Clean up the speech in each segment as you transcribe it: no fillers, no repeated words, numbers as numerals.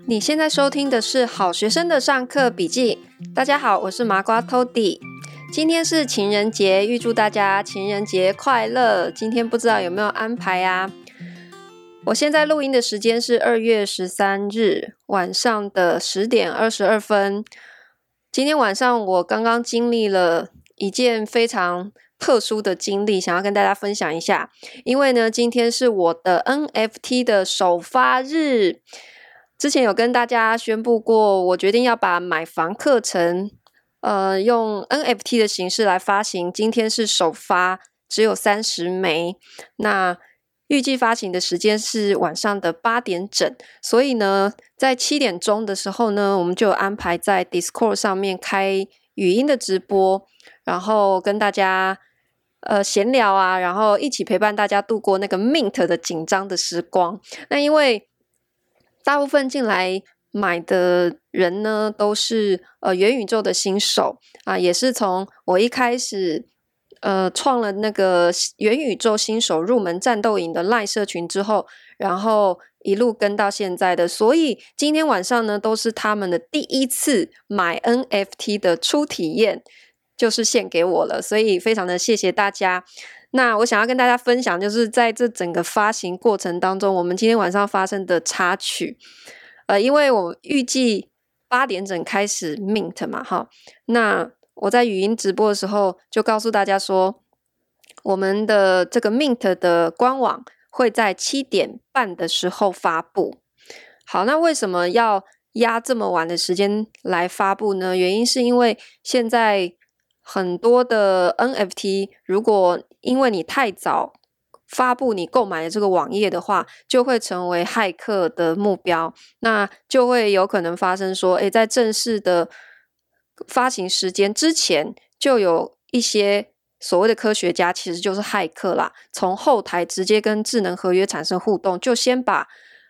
你现在收听的是好学生的上课笔记。大家好，我是麻瓜 Tody。今天是情人节，预祝大家情人节快乐。今天不知道有没有安排啊？我现在录音的时间是2月13日晚上的10点22分。今天晚上我刚刚经历了一件非常特殊的经历，想要跟大家分享一下。因为呢，今天是我的 NFT 的首发日。之前有跟大家宣布过，我决定要把买房课程用 NFT 的形式来发行。今天是首发，只有30枚。那预计发行的时间是晚上的8点整，所以呢，在7点钟的时候呢，我们就有安排在 Discord 上面开语音的直播，然后跟大家闲聊啊，然后一起陪伴大家度过那个 Mint 的紧张的时光。那因为大部分进来买的人呢，都是元宇宙的新手啊，也是从我一开始创了那个元宇宙新手入门战斗营的 LINE 社群之后，然后一路跟到现在的，所以今天晚上呢，都是他们的第一次买 NFT 的初体验，就是献给我了，所以非常的谢谢大家。那我想要跟大家分享，就是在这整个发行过程当中，我们今天晚上发生的插曲。因为我预计8点整开始 mint 嘛，哈，那我在语音直播的时候就告诉大家说，我们的这个 mint 的官网会在7点半的时候发布。好，那为什么要压这么晚的时间来发布呢？原因是因为现在很多的 NFT， 如果因为你太早发布你购买的这个网页的话，就会成为骇客的目标，那就会有可能发生说，在正式的发行时间之前，就有一些所谓的科学家，其实就是骇客啦，从后台直接跟智能合约产生互动，就先把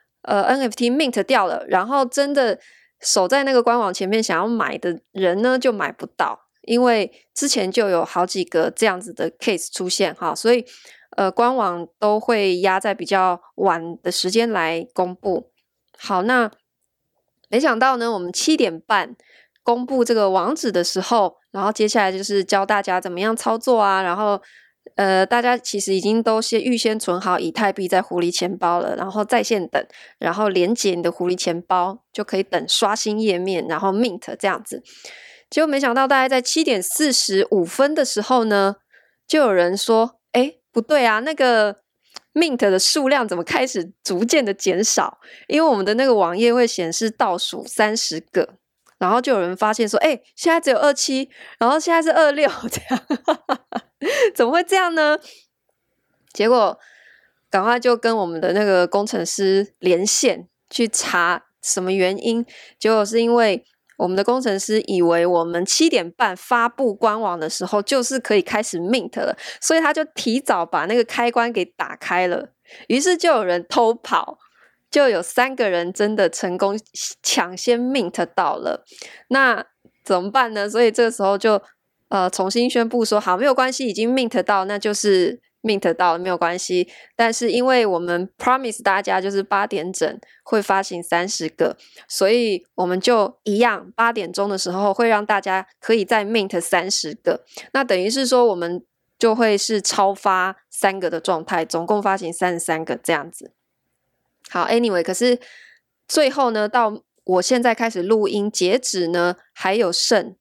NFT mint 掉了，然后真的守在那个官网前面想要买的人呢，就买不到。因为之前就有好几个这样子的 case 出现哈，所以官网都会压在比较晚的时间来公布。好，那没想到呢，我们7点半公布这个网址的时候，然后接下来就是教大家怎么样操作啊，然后大家其实已经都预先存好以太币在狐狸钱包了，然后在线等，然后连结你的狐狸钱包就可以等刷新页面，然后 mint 这样子。结果没想到大概在7点45分的时候呢，就有人说不对啊，那个 mint 的数量怎么开始逐渐的减少，因为我们的那个网页会显示倒数30个，然后就有人发现说现在只有27，然后现在是26这样怎么会这样呢？结果赶快就跟我们的那个工程师连线去查什么原因，结果是因为我们的工程师以为我们7点半发布官网的时候就是可以开始 mint 了，所以他就提早把那个开关给打开了，于是就有人偷跑，就有3个人真的成功抢先 mint 到了。那怎么办呢？所以这个时候就重新宣布说，好，没有关系，已经 mint 到，那就是mint 到了，没有关系。但是因为我们 promise 大家就是8点整会发行30个，所以我们就一样8点钟的时候会让大家可以再 mint 30个。那等于是说我们就会是超发3个的状态，总共发行33个这样子。好 anyway， 可是最后呢，到我现在开始录音截止呢，还有剩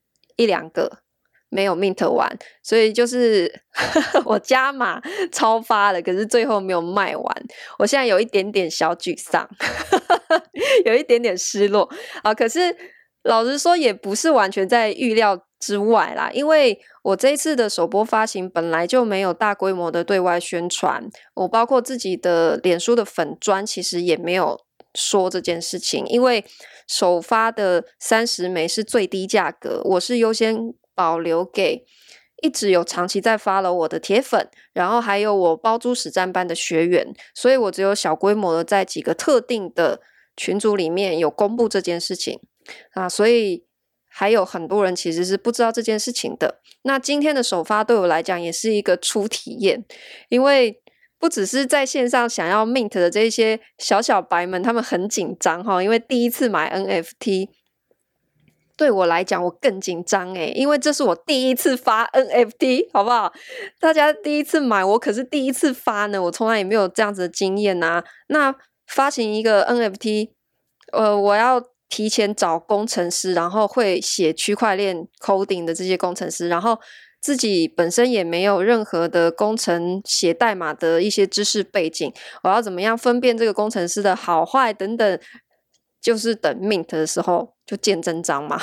1-2个没有 mint 完，所以就是我加码超发了，可是最后没有卖完，我现在有一点点小沮丧有一点点失落啊。可是老实说也不是完全在预料之外啦，因为我这一次的首播发行本来就没有大规模的对外宣传，我包括自己的脸书的粉专其实也没有说这件事情，因为首发的30枚是最低价格，我是优先保留给一直有长期在 follow 我的铁粉，然后还有我包租实战班的学员，所以我只有小规模的在几个特定的群组里面有公布这件事情啊，所以还有很多人其实是不知道这件事情的。那今天的首发对我来讲也是一个初体验，因为不只是在线上想要 mint 的这些小小白们，他们很紧张齁，因为第一次买 NFT。对我来讲我更紧张因为这是我第一次发 NFT 好不好？大家第一次买，我可是第一次发呢，我从来也没有这样子的经验啊。那发行一个 NFT，我要提前找工程师，然后会写区块链 coding 的这些工程师，然后自己本身也没有任何的工程写代码的一些知识背景，我要怎么样分辨这个工程师的好坏等等，就是等 mint 的时候就见真章嘛。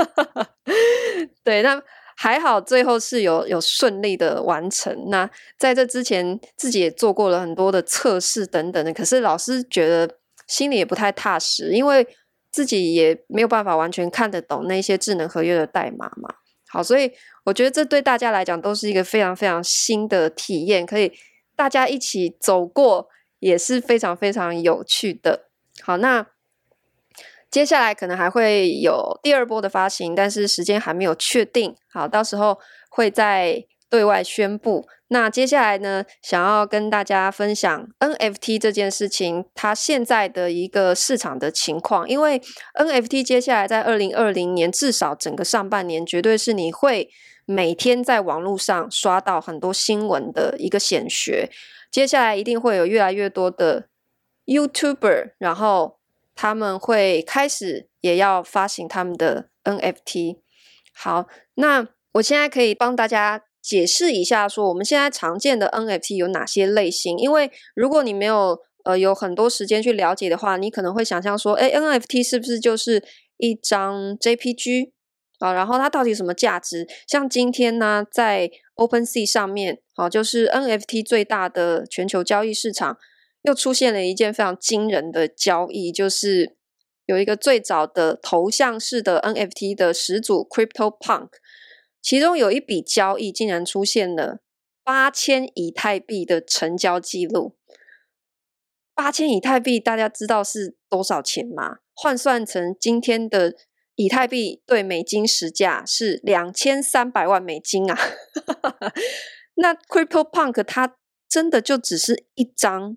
对，那还好最后是有顺利的完成。那在这之前自己也做过了很多的测试等等的，可是老师觉得心里也不太踏实，因为自己也没有办法完全看得懂那些智能合约的代码嘛。好，所以我觉得这对大家来讲都是一个非常非常新的体验，可以大家一起走过，也是非常非常有趣的。好，那接下来可能还会有第二波的发行，但是时间还没有确定。好，到时候会再对外宣布。那接下来呢，想要跟大家分享 NFT 这件事情，它现在的一个市场的情况。因为 NFT 接下来在2020年，至少整个上半年，绝对是你会每天在网络上刷到很多新闻的一个显学。接下来一定会有越来越多的 YouTuber， 然后他们会开始也要发行他们的 NFT。 好，那我现在可以帮大家解释一下说我们现在常见的 NFT 有哪些类型，因为如果你没有有很多时间去了解的话，你可能会想象说NFT 是不是就是一张 JPG 然后它到底有什么价值？像今天呢在 OpenSea 上面就是 NFT 最大的全球交易市场，又出现了一件非常惊人的交易，就是有一个最早的头像式的 NFT 的始祖 CryptoPunk， 其中有一笔交易竟然出现了8000以太币的成交记录。8000以太币大家知道是多少钱吗？换算成今天的以太币对美金时价是2300万美金啊。那 CryptoPunk 它真的就只是一张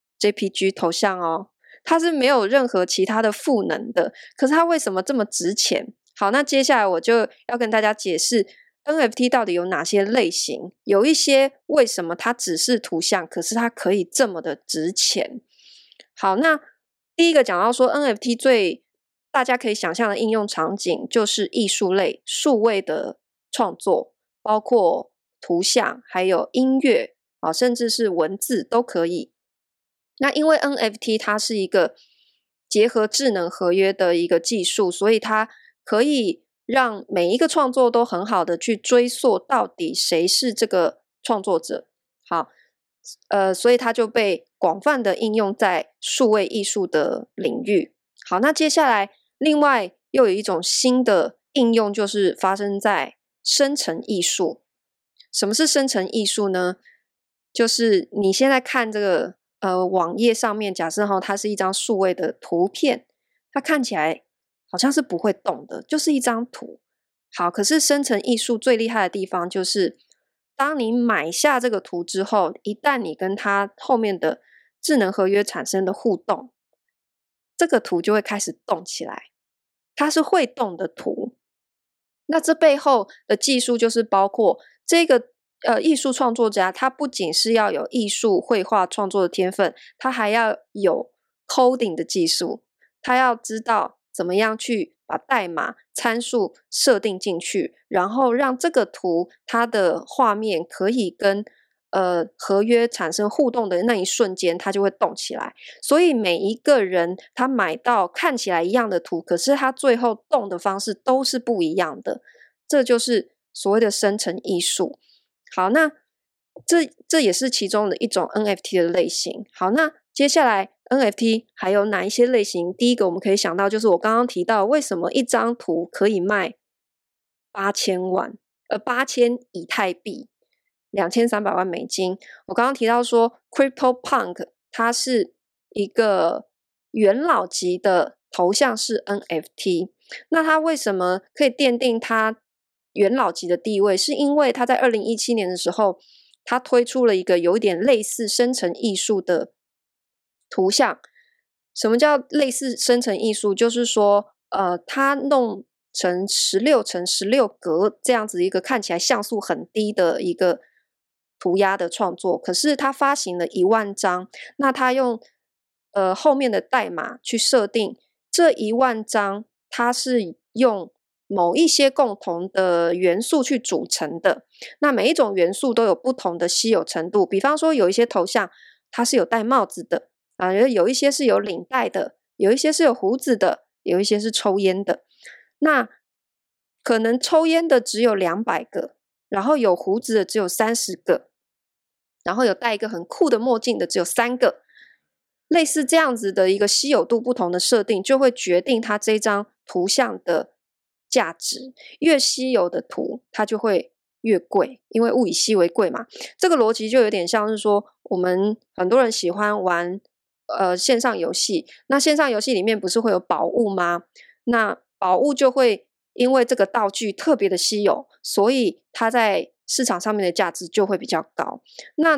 JPG 头像它是没有任何其他的赋能的，可是它为什么这么值钱？好，那接下来我就要跟大家解释 NFT 到底有哪些类型，有一些为什么它只是图像，可是它可以这么的值钱。好，那第一个讲到说 NFT 最大家可以想象的应用场景就是艺术类数位的创作，包括图像还有音乐甚至是文字都可以。那因为 NFT 它是一个结合智能合约的一个技术，所以它可以让每一个创作都很好的去追溯到底谁是这个创作者。好，所以它就被广泛的应用在数位艺术的领域。好，那接下来另外又有一种新的应用，就是发生在生成艺术。什么是生成艺术呢？就是你现在看这个网页上面，假设它是一张数位的图片，它看起来好像是不会动的，就是一张图。好，可是生成艺术最厉害的地方就是当你买下这个图之后，一旦你跟它后面的智能合约产生的互动，这个图就会开始动起来，它是会动的图。那这背后的技术就是包括这个艺术创作家，他不仅是要有艺术绘画创作的天分，他还要有 coding 的技术，他要知道怎么样去把代码参数设定进去，然后让这个图它的画面可以跟合约产生互动的那一瞬间，它就会动起来。所以每一个人他买到看起来一样的图，可是他最后动的方式都是不一样的，这就是所谓的生成艺术。好，那这也是其中的一种 NFT 的类型。好，那接下来 NFT 还有哪一些类型？第一个我们可以想到就是我刚刚提到为什么一张图可以卖8000以太币2300万美金。我刚刚提到说 CryptoPunk 它是一个元老级的头像式 NFT， 那它为什么可以奠定它元老级的地位？是因为它在2017年的时候他推出了一个有点类似生成艺术的图像。什么叫类似生成艺术？就是说他弄成16×16格这样子一个看起来像素很低的一个涂鸦的创作，可是他发行了1万张，那他用后面的代码去设定这1万张它是用某一些共同的元素去组成的，那每一种元素都有不同的稀有程度，比方说有一些头像它是有戴帽子的有一些是有领带的，有一些是有胡子的，有一些是抽烟的。那可能抽烟的只有200个，然后有胡子的只有30个，然后有戴一个很酷的墨镜的只有3个。类似这样子的一个稀有度不同的设定，就会决定它这张图像的价值。越稀有的图它就会越贵，因为物以稀为贵嘛。这个逻辑就有点像是说，我们很多人喜欢玩线上游戏，那线上游戏里面不是会有宝物吗？那宝物就会因为这个道具特别的稀有，所以它在市场上面的价值就会比较高。那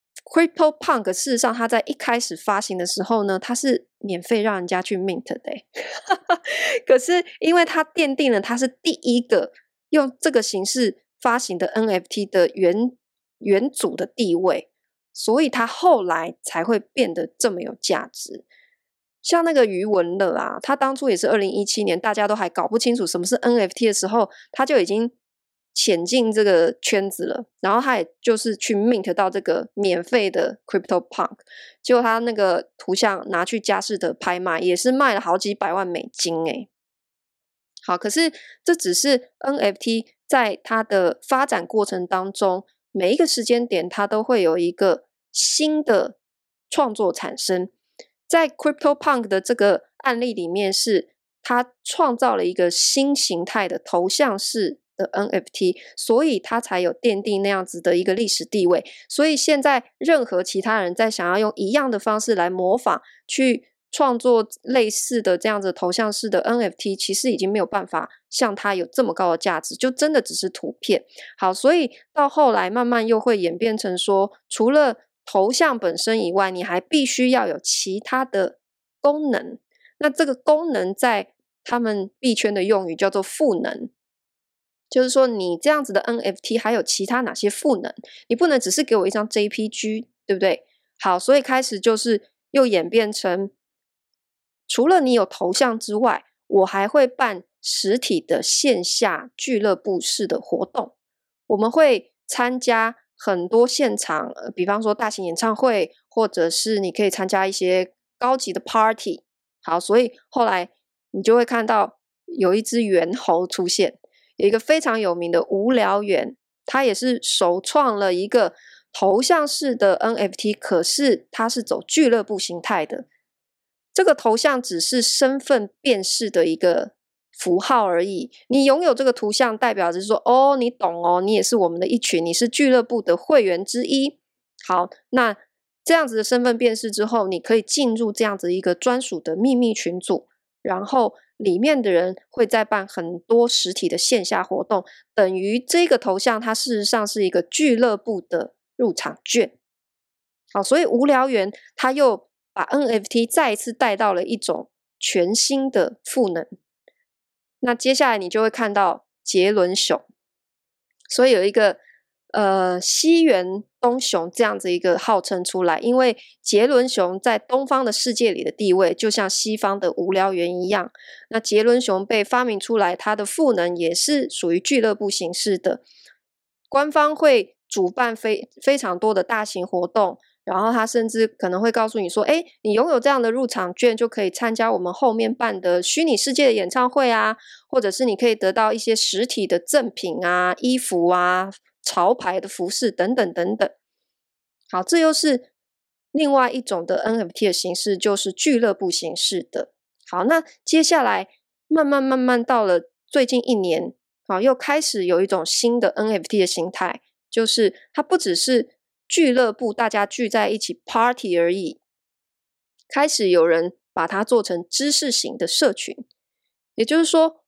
CryptoPunk 事实上它在一开始发行的时候呢，它是免费让人家去 mint 的可是因为它奠定了它是第一个用这个形式发行的 NFT 的元祖的地位，所以它后来才会变得这么有价值。像那个余文乐啊，他当初也是2017年大家都还搞不清楚什么是 NFT 的时候，他就已经潜进这个圈子了，然后他也就是去 mint 到这个免费的 CryptoPunk， 结果他那个图像拿去佳士得拍卖，也是卖了好几百万美金好，可是这只是 NFT 在它的发展过程当中，每一个时间点它都会有一个新的创作产生。在 CryptoPunk 的这个案例里面，是它创造了一个新形态的头像式的 NFT， 所以它才有奠定那样子的一个历史地位。所以现在任何其他人在想要用一样的方式来模仿去创作类似的这样子头像式的 NFT， 其实已经没有办法像它有这么高的价值，就真的只是图片。好，所以到后来慢慢又会演变成说，除了头像本身以外，你还必须要有其他的功能。那这个功能在他们币圈的用语叫做赋能，就是说你这样子的 NFT 还有其他哪些赋能，你不能只是给我一张 JPG， 对不对？好，所以开始就是又演变成，除了你有头像之外，我还会办实体的线下俱乐部式的活动，我们会参加很多现场比方说大型演唱会，或者是你可以参加一些高级的 party。 好，所以后来你就会看到有一只猿猴出现，有一个非常有名的无聊猿，它也是首创了一个头像式的 NFT， 可是它是走俱乐部形态的。这个头像只是身份辨识的一个符号而已，你拥有这个图像代表着说，哦，你懂哦，你也是我们的一群，你是俱乐部的会员之一。好，那这样子的身份辨识之后，你可以进入这样子一个专属的秘密群组，然后里面的人会再办很多实体的线下活动，等于这个头像它事实上是一个俱乐部的入场券。好，所以无聊猿它又把 NFT 再一次带到了一种全新的赋能。那接下来你就会看到杰伦熊，所以有一个西园东熊这样子一个号称出来，因为杰伦熊在东方的世界里的地位就像西方的无聊猿一样，那杰伦熊被发明出来，它的赋能也是属于俱乐部形式的，官方会主办非常多的大型活动，然后他甚至可能会告诉你说，你拥有这样的入场券就可以参加我们后面办的虚拟世界的演唱会啊，或者是你可以得到一些实体的赠品啊，衣服啊，潮牌的服饰等等等等。好，这又是另外一种的 NFT 的形式，就是俱乐部形式的。好，那接下来慢慢到了最近1年，好，又开始有一种新的 NFT 的形态，就是它不只是俱乐部大家聚在一起 party 而已，开始有人把它做成知识型的社群。也就是说，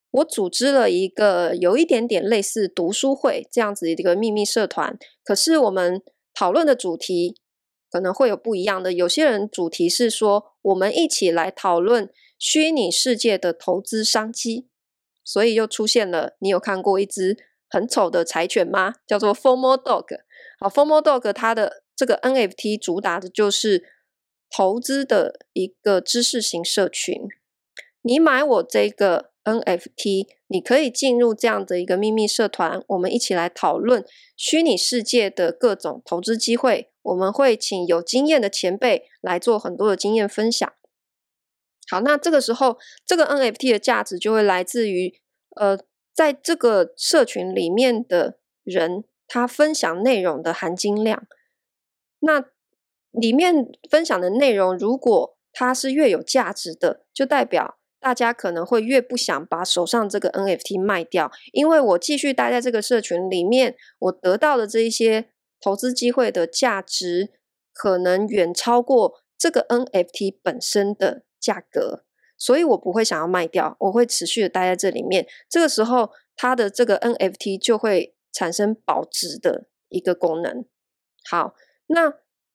我组织了一个有一点点类似读书会这样子的一个秘密社团，可是我们讨论的主题可能会有不一样的。有些人主题是说，我们一起来讨论虚拟世界的投资商机，所以又出现了，你有看过一只很丑的柴犬吗？叫做 FOMO Dog。好 ，FOMO Dog 它的这个 NFT 主打的就是投资的一个知识型社群。你买我这个 NFT， 你可以进入这样的一个秘密社团，我们一起来讨论虚拟世界的各种投资机会。我们会请有经验的前辈来做很多的经验分享。好，那这个时候，这个 NFT 的价值就会来自于，在这个社群里面的人，他分享内容的含金量。那里面分享的内容，如果它是越有价值的，就代表大家可能会越不想把手上这个 NFT 卖掉，因为我继续待在这个社群里面，我得到的这一些投资机会的价值，可能远超过这个 NFT 本身的价格，所以我不会想要卖掉，我会持续的待在这里面。这个时候，它的这个 NFT 就会产生保值的一个功能。好，那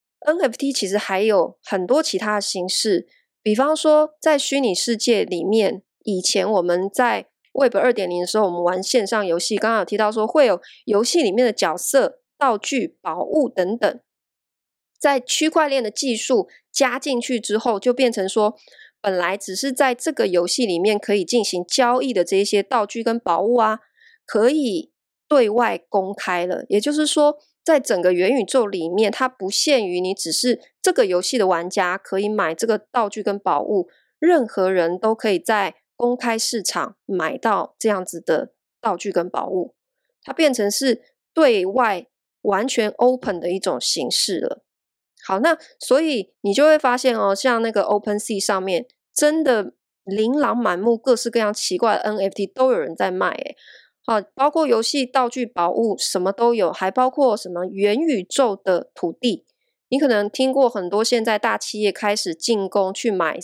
NFT 其实还有很多其他的形式，比方说在虚拟世界里面，以前我们在 Web 2.0 的时候，我们玩线上游戏，刚刚有提到说会有游戏里面的角色、道具、宝物等等，在区块链的技术加进去之后，就变成说，本来只是在这个游戏里面可以进行交易的这一些道具跟宝物啊，可以对外公开了。也就是说，在整个元宇宙里面，它不限于你只是这个游戏的玩家可以买这个道具跟宝物，任何人都可以在公开市场买到这样子的道具跟宝物，它变成是对外完全 open 的一种形式了。好，那所以你就会发现哦，像那个 OpenSea 上面真的琳琅满目、各式各样奇怪的 NFT 都有人在卖诶。好，包括游戏道具、宝物什么都有，还包括什么元宇宙的土地。你可能听过很多现在大企业开始进攻去买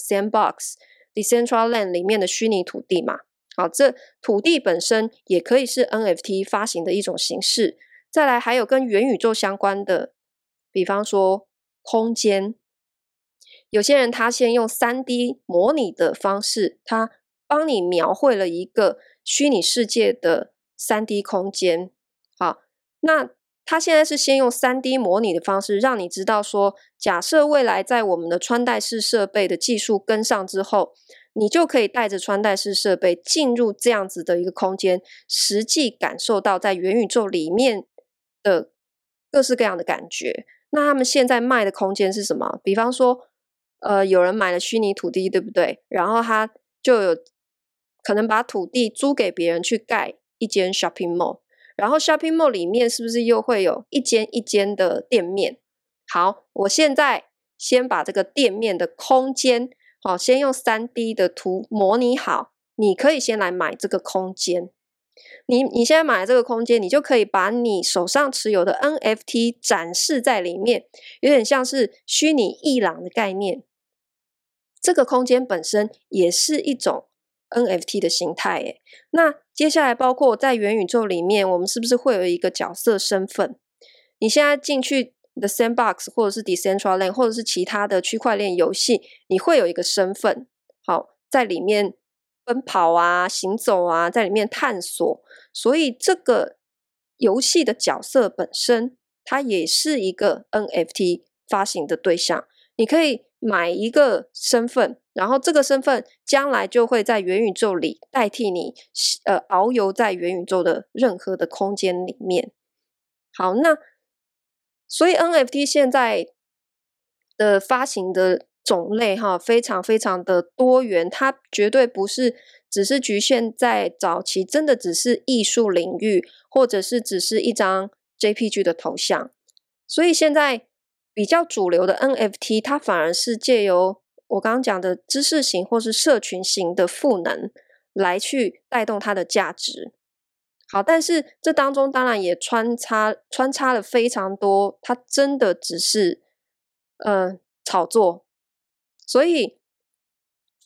Sandbox、Decentraland 里面的虚拟土地嘛。好，这土地本身也可以是 NFT 发行的一种形式。再来还有跟元宇宙相关的，比方说空间，有些人他先用 3D 模拟的方式，他帮你描绘了一个虚拟世界的 3D 空间。好，那他现在是先用 3D 模拟的方式，让你知道说，假设未来在我们的穿戴式设备的技术跟上之后，你就可以带着穿戴式设备进入这样子的一个空间，实际感受到在元宇宙里面的各式各样的感觉。那他们现在卖的空间是什么？比方说，有人买了虚拟土地，对不对？然后他就有可能把土地租给别人去盖一间 shopping mall， 然后 shopping mall 里面是不是又会有一间一间的店面？好，我现在先把这个店面的空间，好，先用 3D 的图模拟好，你可以先来买这个空间。你现在买的这个空间，你就可以把你手上持有的 NFT 展示在里面，有点像是虚拟艺廊的概念。这个空间本身也是一种 NFT 的形态耶。那接下来包括在元宇宙里面，我们是不是会有一个角色身份？你现在进去的 Sandbox 或者是 Decentraland 或者是其他的区块链游戏，你会有一个身份，好，在里面奔跑啊、行走啊，在里面探索。所以这个游戏的角色本身，它也是一个 NFT 发行的对象。你可以买一个身份，然后这个身份将来就会在元宇宙里代替你遨游在元宇宙的任何的空间里面。好，那所以 NFT 现在的发行的种类非常非常的多元，它绝对不是只是局限在早期真的只是艺术领域，或者是只是一张 JPG 的头像。所以现在比较主流的 NFT， 它反而是借由我刚刚讲的知识型或是社群型的赋能来去带动它的价值。好，但是这当中当然也穿插了非常多，它真的只是炒作。所以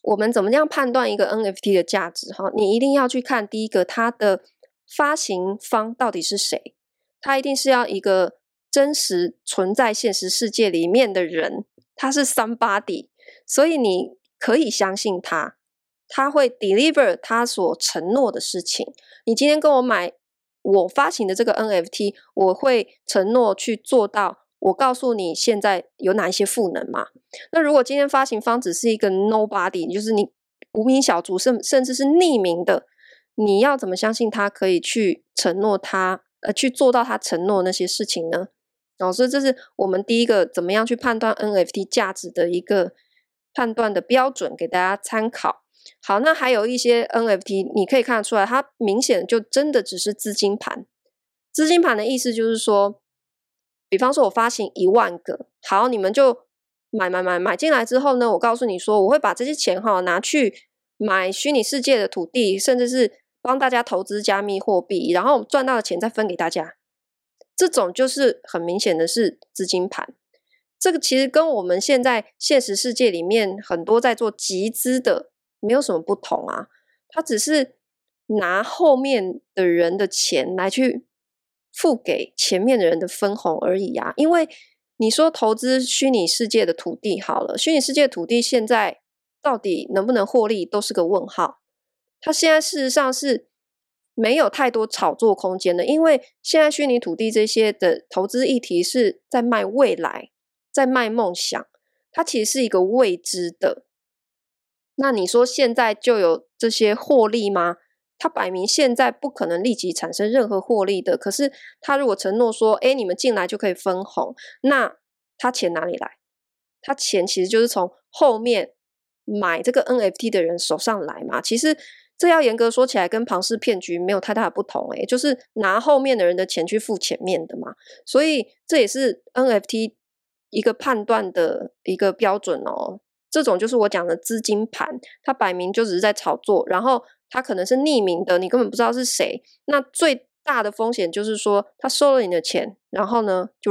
我们怎么样判断一个 NFT 的价值？你一定要去看第一个，它的发行方到底是谁，它一定是要一个真实存在现实世界里面的人，他是 somebody， 所以你可以相信他会 deliver 他所承诺的事情。你今天跟我买我发行的这个 NFT， 我会承诺去做到，我告诉你现在有哪一些赋能嘛。那如果今天发行方只是一个 nobody， 就是你无名小卒，甚至是匿名的，你要怎么相信他可以去承诺去做到他承诺的那些事情呢？所以这是我们第一个怎么样去判断 NFT 价值的一个判断的标准，给大家参考。好，那还有一些 NFT 你可以看得出来，它明显就真的只是资金盘。资金盘的意思就是说，比方说我发行1万个，好，你们就买进来之后呢，我告诉你说我会把这些钱拿去买虚拟世界的土地，甚至是帮大家投资加密货币，然后赚到的钱再分给大家。这种就是很明显的是资金盘。这个其实跟我们现在现实世界里面很多在做集资的没有什么不同啊，他只是拿后面的人的钱来去付给前面的人的分红而已啊。因为你说投资虚拟世界的土地好了，虚拟世界的土地现在到底能不能获利都是个问号。它现在事实上是没有太多炒作空间的，因为现在虚拟土地这些的投资议题是在卖未来，在卖梦想，它其实是一个未知的。那你说现在就有这些获利吗？它摆明现在不可能立即产生任何获利的，可是他如果承诺说你们进来就可以分红，那他钱哪里来？他钱其实就是从后面买这个 NFT 的人手上来嘛。其实这要严格说起来跟庞氏骗局没有太大的不同，就是拿后面的人的钱去付前面的嘛。所以这也是 NFT 一个判断的一个标准哦。这种就是我讲的资金盘，它摆明就只是在炒作，然后它可能是匿名的，你根本不知道是谁。那最大的风险就是说他收了你的钱，然后呢就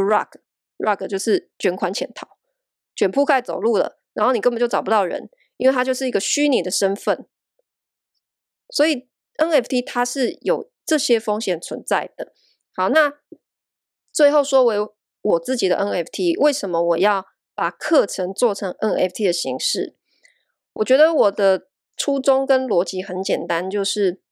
rug 就是卷款潜逃，卷铺盖走路了，然后你根本就找不到人，因为它就是一个虚拟的身份。所以 NFT 它是有这些风险存在的。好，那最后说回我自己的 NFT， 为什么我要把课程做成 NFT 的形式？我觉得我的初衷跟逻辑很简单，就是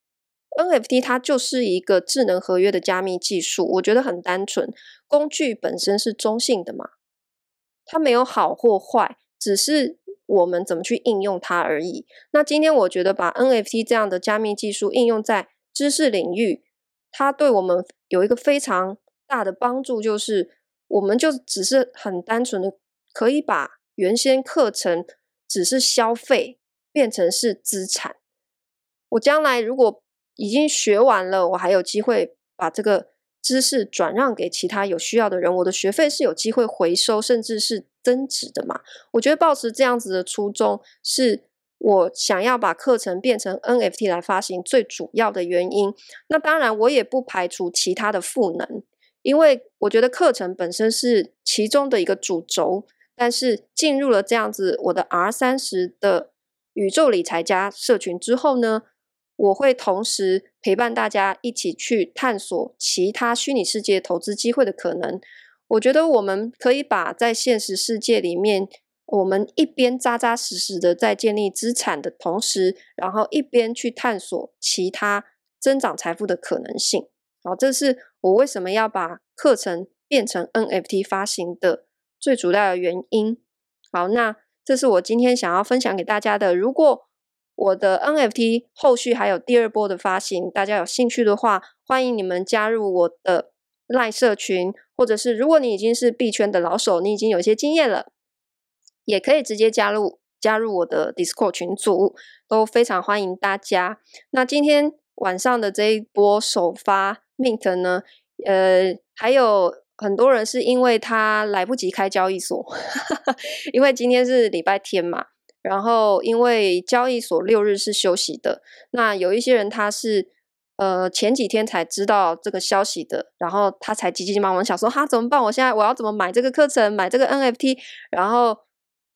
NFT 它就是一个智能合约的加密技术，我觉得很单纯，工具本身是中性的嘛，它没有好或坏，只是我们怎么去应用它而已。那今天我觉得把 NFT 这样的加密技术应用在知识领域，它对我们有一个非常大的帮助，就是我们就只是很单纯的可以把原先课程只是消费变成是资产。我将来如果已经学完了，我还有机会把这个知识转让给其他有需要的人，我的学费是有机会回收甚至是增值的嘛。我觉得抱持这样子的初衷，是我想要把课程变成 NFT 来发行最主要的原因。那当然我也不排除其他的赋能，因为我觉得课程本身是其中的一个主轴，但是进入了这样子我的 R30 的宇宙理财家社群之后呢，我会同时陪伴大家一起去探索其他虚拟世界投资机会的可能。我觉得我们可以把在现实世界里面，我们一边扎扎实实的在建立资产的同时，然后一边去探索其他增长财富的可能性。好，这是我为什么要把课程变成 NFT 发行的最主要的原因。好，那这是我今天想要分享给大家的。如果我的 NFT 后续还有第2波的发行，大家有兴趣的话，欢迎你们加入我的 LINE 社群，或者是如果你已经是币圈的老手，你已经有一些经验了，也可以直接加入我的 Discord 群组，都非常欢迎大家。那今天晚上的这一波首发 Mint 呢，还有很多人是因为他来不及开交易所因为今天是礼拜天嘛，然后因为交易所6日是休息的，那有一些人他是前几天才知道这个消息的，然后他才急急忙忙想说怎么办，我现在我要怎么买这个课程，买这个 NFT， 然后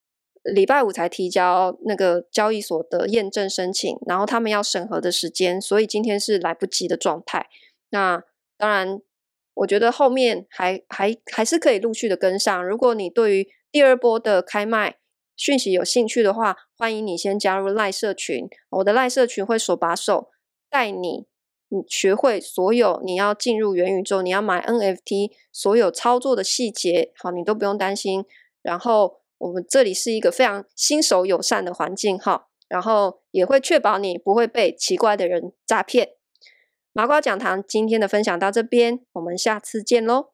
礼拜五才提交那个交易所的验证申请，然后他们要审核的时间，所以今天是来不及的状态。那当然我觉得后面还是可以陆续的跟上。如果你对于第二波的开卖讯息有兴趣的话，欢迎你先加入赖社群，我的赖社群会手把手带你学会所有你要进入元宇宙，你要买 NFT 所有操作的细节，好，你都不用担心。然后我们这里是一个非常新手友善的环境，哈，然后也会确保你不会被奇怪的人诈骗。麻瓜讲堂今天的分享到这边，我们下次见咯。